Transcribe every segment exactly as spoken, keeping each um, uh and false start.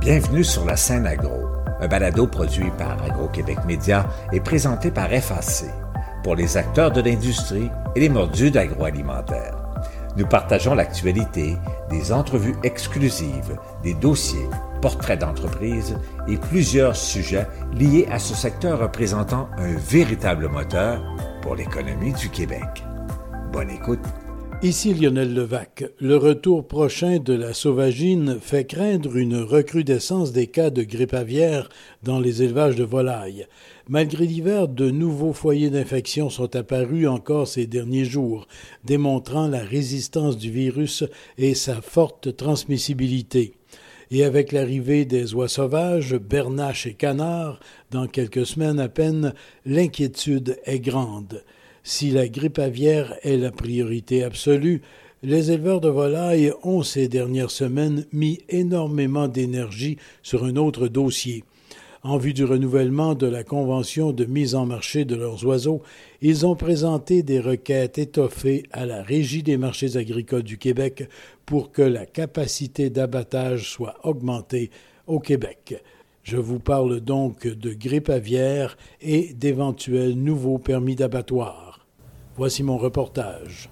Bienvenue sur la scène agro, un balado produit par Agro-Québec Média et présenté par F A C, pour les acteurs de l'industrie et les mordus d'agroalimentaire. Nous partageons l'actualité, des entrevues exclusives, des dossiers, portraits d'entreprises et plusieurs sujets liés à ce secteur représentant un véritable moteur pour l'économie du Québec. Bonne écoute. Ici Lionel Levac. Le retour prochain de la sauvagine fait craindre une recrudescence des cas de grippe aviaire dans les élevages de volailles. Malgré l'hiver, de nouveaux foyers d'infection sont apparus encore ces derniers jours, démontrant la résistance du virus et sa forte transmissibilité. Et avec l'arrivée des oies sauvages, bernaches et canards, dans quelques semaines à peine, l'inquiétude est grande. Si la grippe aviaire est la priorité absolue, les éleveurs de volailles ont ces dernières semaines mis énormément d'énergie sur un autre dossier. En vue du renouvellement de la convention de mise en marché de leurs oiseaux, ils ont présenté des requêtes étoffées à la Régie des marchés agricoles du Québec pour que la capacité d'abattage soit augmentée au Québec. Je vous parle donc de grippe aviaire et d'éventuels nouveaux permis d'abattoir. Voici mon reportage.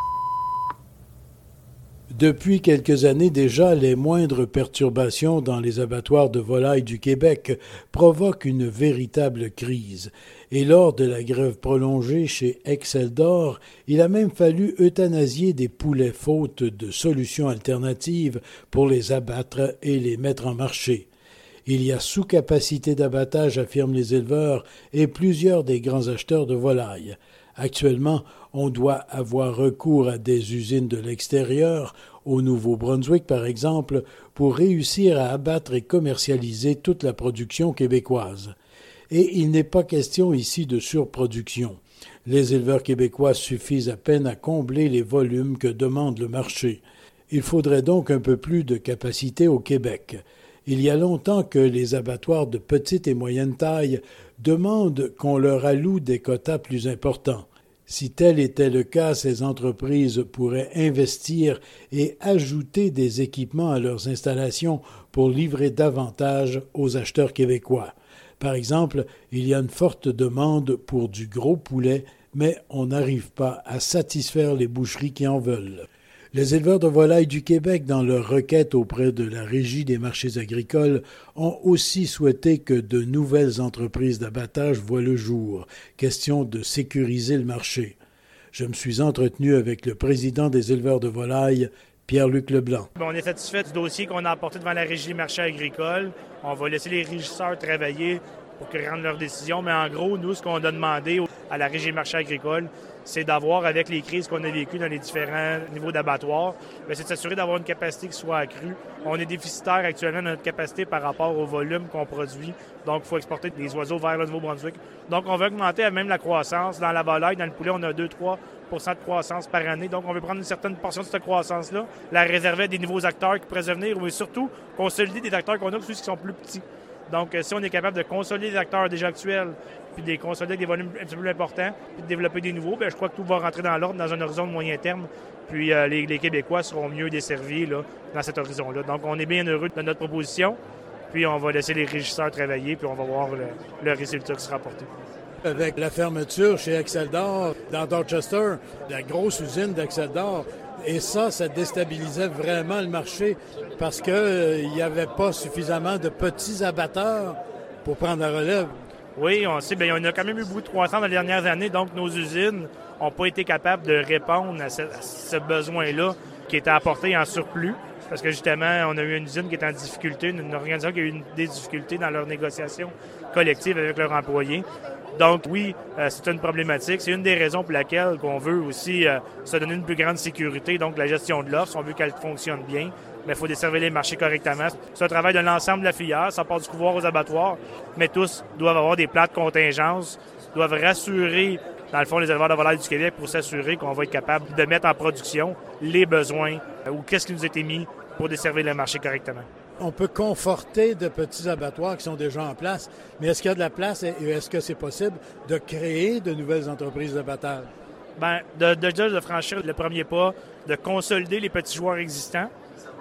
Depuis quelques années déjà, les moindres perturbations dans les abattoirs de volailles du Québec provoquent une véritable crise. Et lors de la grève prolongée chez Exceldor, il a même fallu euthanasier des poulets faute de solutions alternatives pour les abattre et les mettre en marché. Il y a sous-capacité d'abattage, affirment les éleveurs et plusieurs des grands acheteurs de volailles. Actuellement, on doit avoir recours à des usines de l'extérieur, au Nouveau-Brunswick par exemple, pour réussir à abattre et commercialiser toute la production québécoise. Et il n'est pas question ici de surproduction. Les éleveurs québécois suffisent à peine à combler les volumes que demande le marché. Il faudrait donc un peu plus de capacité au Québec. Il y a longtemps que les abattoirs de petite et moyenne taille demandent qu'on leur alloue des quotas plus importants. Si tel était le cas, ces entreprises pourraient investir et ajouter des équipements à leurs installations pour livrer davantage aux acheteurs québécois. Par exemple, il y a une forte demande pour du gros poulet, mais on n'arrive pas à satisfaire les boucheries qui en veulent. Les éleveurs de volailles du Québec, dans leur requête auprès de la Régie des marchés agricoles, ont aussi souhaité que de nouvelles entreprises d'abattage voient le jour. Question de sécuriser le marché. Je me suis entretenu avec le président des éleveurs de volailles, Pierre-Luc Leblanc. On est satisfait du dossier qu'on a apporté devant la Régie des marchés agricoles. On va laisser les régisseurs travailler pour qu'ils rendent leurs décisions. Mais en gros, nous, ce qu'on a demandé à la Régie des marchés agricoles, c'est d'avoir, avec les crises qu'on a vécues dans les différents niveaux d'abattoirs, bien, c'est de s'assurer d'avoir une capacité qui soit accrue. On est déficitaire actuellement dans notre capacité par rapport au volume qu'on produit. Donc, il faut exporter des oiseaux vers le Nouveau-Brunswick. Donc, on veut augmenter même la croissance. Dans la volaille, dans le poulet, on a deux à trois pour cent de croissance par année. Donc, on veut prendre une certaine portion de cette croissance-là, la réserver à des nouveaux acteurs qui pourraient venir, mais surtout consolider des acteurs qu'on a, ceux qui sont plus petits. Donc, si on est capable de consolider les acteurs déjà actuels, puis de les consolider avec des volumes un petit peu plus importants, puis de développer des nouveaux, bien, je crois que tout va rentrer dans l'ordre dans un horizon de moyen terme. Puis euh, les, les Québécois seront mieux desservis là, dans cet horizon-là. Donc, on est bien heureux de notre proposition. Puis, on va laisser les régisseurs travailler, puis on va voir le, le résultat qui sera apporté. Avec la fermeture chez Exceldor, dans Dorchester, la grosse usine d'Exceldor, et ça, ça déstabilisait vraiment le marché parce qu'il euh, n'y avait pas suffisamment de petits abatteurs pour prendre la relève. Oui, on sait, bien, on a quand même eu beaucoup de croissance dans les dernières années, donc nos usines n'ont pas été capables de répondre à ce, à ce besoin-là qui était apporté en surplus. Parce que justement, on a eu une usine qui est en difficulté, une organisation qui a eu une, des difficultés dans leurs négociations collectives avec leurs employés. Donc oui, euh, c'est une problématique. C'est une des raisons pour laquelle on veut aussi euh, se donner une plus grande sécurité, donc la gestion de l'offre, on veut qu'elle fonctionne bien. Mais il faut desservir les marchés correctement. C'est un travail de l'ensemble de la filière, ça part du couloir aux abattoirs, mais tous doivent avoir des plans de contingence, doivent rassurer, dans le fond, les éleveurs de volailles du Québec pour s'assurer qu'on va être capable de mettre en production les besoins euh, ou qu'est-ce qui nous a été mis pour desservir le marché correctement. On peut conforter de petits abattoirs qui sont déjà en place, mais est-ce qu'il y a de la place et est-ce que c'est possible de créer de nouvelles entreprises d'abattage? Bien, de, de, de franchir le premier pas, de consolider les petits joueurs existants,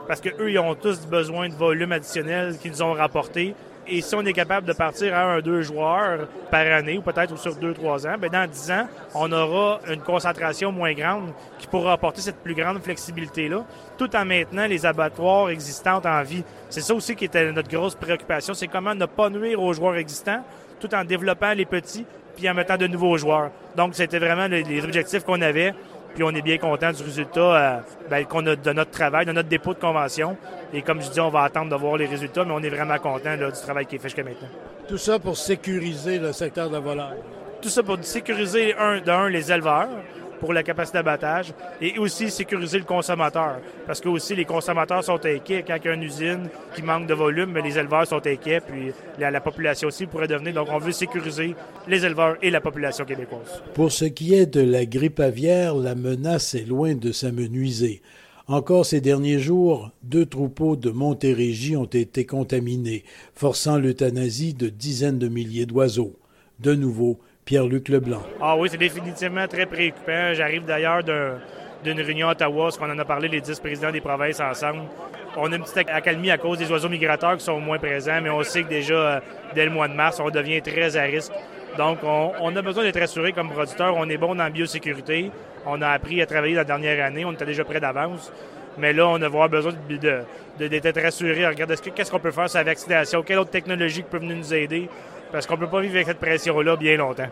parce qu'eux, ils ont tous besoin de volume additionnel qu'ils nous ont rapporté. Et si on est capable de partir à un, deux joueurs par année, ou peut-être sur deux, trois ans, bien dans dix ans, on aura une concentration moins grande qui pourra apporter cette plus grande flexibilité-là, tout en maintenant les abattoirs existants en vie. C'est ça aussi qui était notre grosse préoccupation, c'est comment ne pas nuire aux joueurs existants, tout en développant les petits, puis en mettant de nouveaux joueurs. Donc, c'était vraiment les, les objectifs qu'on avait. Puis on est bien content du résultat euh, ben, qu'on a de notre travail, de notre dépôt de convention. Et comme je dis, on va attendre de voir les résultats, mais on est vraiment content là, du travail qui est fait jusqu'à maintenant. Tout ça pour sécuriser le secteur de la volaille. Tout ça pour sécuriser, un, d'un, les éleveurs, pour la capacité d'abattage, et aussi sécuriser le consommateur. Parce que aussi les consommateurs sont inquiets quand il y a une usine qui manque de volume, mais les éleveurs sont inquiets, puis la, la population aussi pourrait devenir. Donc on veut sécuriser les éleveurs et la population québécoise. Pour ce qui est de la grippe aviaire, la menace est loin de s'amenuiser. Encore ces derniers jours, deux troupeaux de Montérégie ont été contaminés, forçant l'euthanasie de dizaines de milliers d'oiseaux. De nouveau, Pierre-Luc Leblanc. Ah oui, c'est définitivement très préoccupant. J'arrive d'ailleurs d'un, d'une réunion à Ottawa, ce qu'on en a parlé les dix présidents des provinces ensemble. On a une petite accalmie à cause des oiseaux migrateurs qui sont moins présents, mais on sait que déjà, dès le mois de mars, on devient très à risque. Donc, on, on a besoin d'être assuré comme producteur. On est bon dans la biosécurité. On a appris à travailler la dernière année. On était déjà prêt d'avance. Mais là, on va avoir besoin de, de, de, d'être rassuré. Regarde, est-ce que, qu'est-ce qu'on peut faire sur la vaccination? Quelle autre technologie peut venir nous aider? Parce qu'on ne peut pas vivre avec cette pression-là bien longtemps.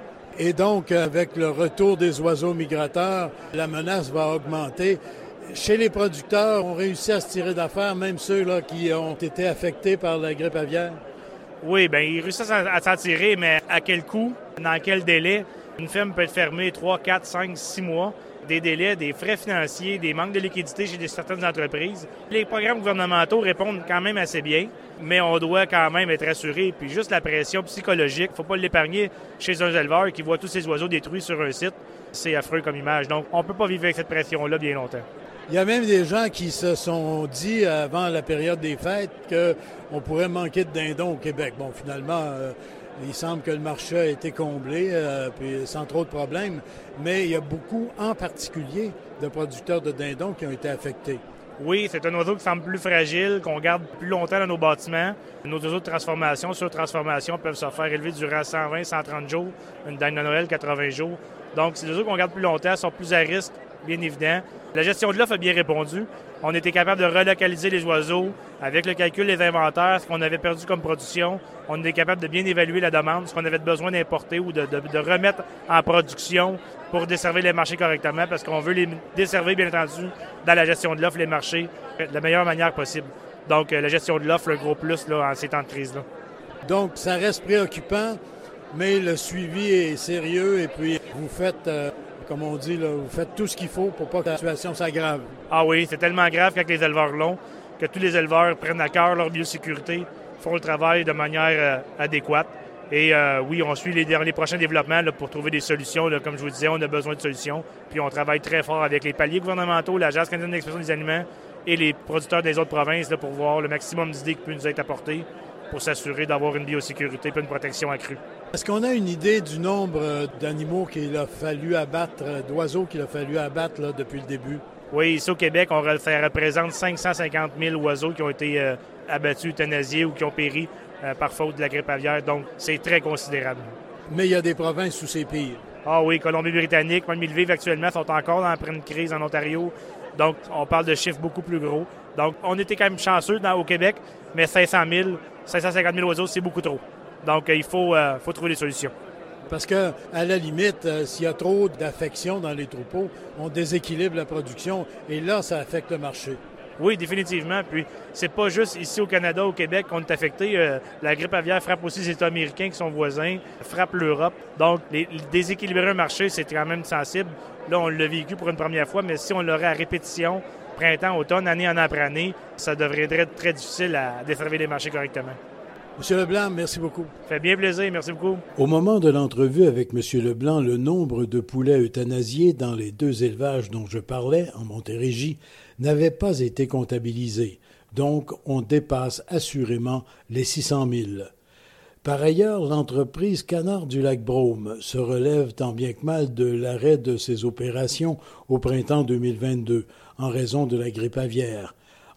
Et donc, avec le retour des oiseaux migrateurs, la menace va augmenter. Chez les producteurs, on réussit à se tirer d'affaire, même ceux-là qui ont été affectés par la grippe aviaire? Oui, bien, ils réussissent à s'en tirer, mais à quel coût? Dans quel délai? Une ferme peut être fermée trois, quatre, cinq, six mois. Des délais, des frais financiers, des manques de liquidité chez des, certaines entreprises. Les programmes gouvernementaux répondent quand même assez bien, mais on doit quand même être assuré. Puis juste la pression psychologique, il ne faut pas l'épargner chez un éleveur qui voit tous ses oiseaux détruits sur un site. C'est affreux comme image. Donc, on ne peut pas vivre avec cette pression-là bien longtemps. Il y a même des gens qui se sont dit avant la période des fêtes qu'on pourrait manquer de dindons au Québec. Bon, finalement, euh, il semble que le marché a été comblé, euh, puis sans trop de problèmes, mais il y a beaucoup, en particulier, de producteurs de dindons qui ont été affectés. Oui, c'est un oiseau qui semble plus fragile, qu'on garde plus longtemps dans nos bâtiments. Nos oiseaux de transformation, sur transformation, peuvent se faire élever durant cent vingt à cent trente jours, une dinde de Noël, quatre-vingts jours. Donc, ces oiseaux qu'on garde plus longtemps sont plus à risque, bien évident. La gestion de l'offre a bien répondu. On était capable de relocaliser les oiseaux avec le calcul des inventaires, ce qu'on avait perdu comme production. On était capable de bien évaluer la demande, ce qu'on avait besoin d'importer ou de, de, de remettre en production pour desservir les marchés correctement, parce qu'on veut les desservir, bien entendu, dans la gestion de l'offre, les marchés, de la meilleure manière possible. Donc, la gestion de l'offre, le gros plus là, en ces temps de crise-là. Donc, ça reste préoccupant, mais le suivi est sérieux et puis vous faites... Euh... Comme on dit, là, vous faites tout ce qu'il faut pour pas que la situation s'aggrave. Ah oui, c'est tellement grave quand les éleveurs l'ont, que tous les éleveurs prennent à cœur leur biosécurité, font le travail de manière euh, adéquate. Et euh, oui, on suit les, les prochains développements là, pour trouver des solutions. Là. Comme je vous disais, on a besoin de solutions. Puis on travaille très fort avec les paliers gouvernementaux, l'Agence canadienne d'expression des aliments et les producteurs des autres provinces là, pour voir le maximum d'idées qui peut nous être apportées pour s'assurer d'avoir une biosécurité et une protection accrue. Est-ce qu'on a une idée du nombre d'animaux qu'il a fallu abattre, d'oiseaux qu'il a fallu abattre là, depuis le début? Oui, ici au Québec, on, ça représente cinq cent cinquante mille oiseaux qui ont été euh, abattus, euthanasiés ou qui ont péri euh, par faute de la grippe aviaire. Donc, c'est très considérable. Mais il y a des provinces où c'est pire. Ah oui, Colombie-Britannique, même ils vivent actuellement, sont encore dans une crise en Ontario. Donc, on parle de chiffres beaucoup plus gros. Donc, on était quand même chanceux dans, au Québec, mais cinq cent mille, cinq cent cinquante mille oiseaux, c'est beaucoup trop. Donc, il faut, euh, faut trouver des solutions. Parce que, à la limite, euh, s'il y a trop d'affection dans les troupeaux, on déséquilibre la production et là, ça affecte le marché. Oui, définitivement. Puis, c'est pas juste ici au Canada, au Québec, qu'on est affecté. Euh, la grippe aviaire frappe aussi les États américains qui sont voisins, frappe l'Europe. Donc, les, les déséquilibrer un marché, c'est quand même sensible. Là, on l'a vécu pour une première fois, mais si on l'aurait à répétition, printemps, automne, année en après année, ça devrait être très difficile à desservir les marchés correctement. Monsieur Leblanc, merci beaucoup. Ça fait bien plaisir, merci beaucoup. Au moment de l'entrevue avec Monsieur Leblanc, le nombre de poulets euthanasiés dans les deux élevages dont je parlais, en Montérégie, n'avait pas été comptabilisé. Donc, on dépasse assurément les six cent mille. Par ailleurs, l'entreprise Canard du Lac-Brome se relève tant bien que mal de l'arrêt de ses opérations au printemps deux mille vingt-deux en raison de la grippe aviaire.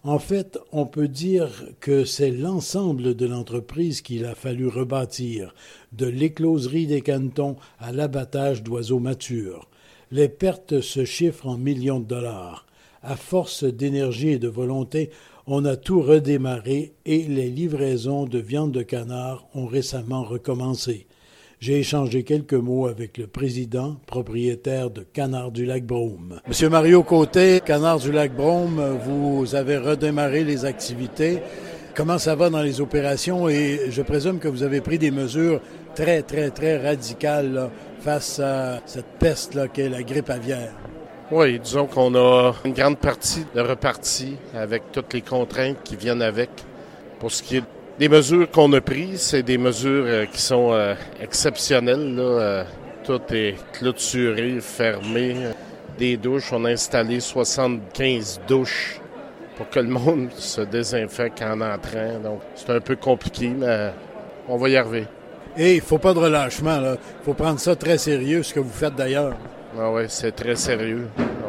En fait, on peut dire que c'est l'ensemble de l'entreprise qu'il a fallu rebâtir, de l'écloserie des canetons à l'abattage d'oiseaux matures. Les pertes se chiffrent en millions de dollars. À force d'énergie et de volonté, on a tout redémarré et les livraisons de viande de canard ont récemment recommencé. J'ai échangé quelques mots avec le président, propriétaire de Canard du Lac-Brome. Monsieur Mario Côté, Canard du Lac-Brome, vous avez redémarré les activités. Comment ça va dans les opérations? Et je présume que vous avez pris des mesures très, très, très radicales là, face à cette peste là, qu'est la grippe aviaire. Oui, disons qu'on a une grande partie de repartie avec toutes les contraintes qui viennent avec. Pour ce qui est des mesures qu'on a prises, c'est des mesures euh, qui sont euh, exceptionnelles. Là. Euh, tout est clôturé, fermé. Des douches, on a installé soixante-quinze douches pour que le monde se désinfecte en entrant. Donc, c'est un peu compliqué, mais on va y arriver. Et il ne faut pas de relâchement. Il faut prendre ça très sérieux, ce que vous faites d'ailleurs. Ah oui, c'est très sérieux.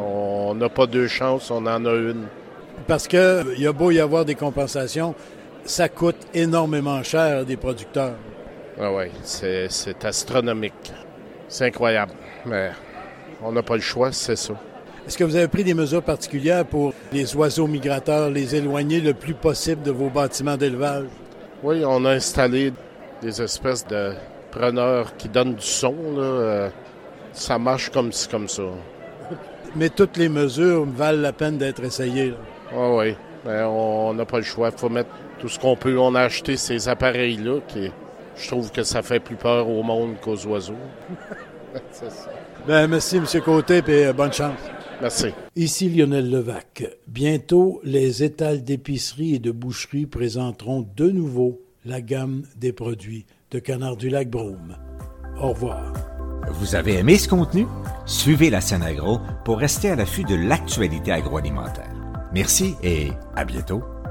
On n'a pas deux chances, on en a une. Parce qu'il y a beau y avoir des compensations, ça coûte énormément cher des producteurs. Ah oui, c'est, c'est astronomique. C'est incroyable. Mais on n'a pas le choix, c'est ça. Est-ce que vous avez pris des mesures particulières pour les oiseaux migrateurs, les éloigner le plus possible de vos bâtiments d'élevage? Oui, on a installé des espèces de preneurs qui donnent du son. Là. Ça marche comme, comme ça. Mais toutes les mesures valent la peine d'être essayées. Ah oui, mais on n'a pas le choix. Il faut mettre tout ce qu'on peut. On a acheté ces appareils-là qui, je trouve que ça fait plus peur au monde qu'aux oiseaux. C'est ça. Ben, merci, M. Côté, et bonne chance. Merci. Ici Lionel Levac. Bientôt, les étals d'épicerie et de boucherie présenteront de nouveau la gamme des produits de Canard du Lac-Brome. Au revoir. Vous avez aimé ce contenu? Suivez la Scène Agro pour rester à l'affût de l'actualité agroalimentaire. Merci et à bientôt.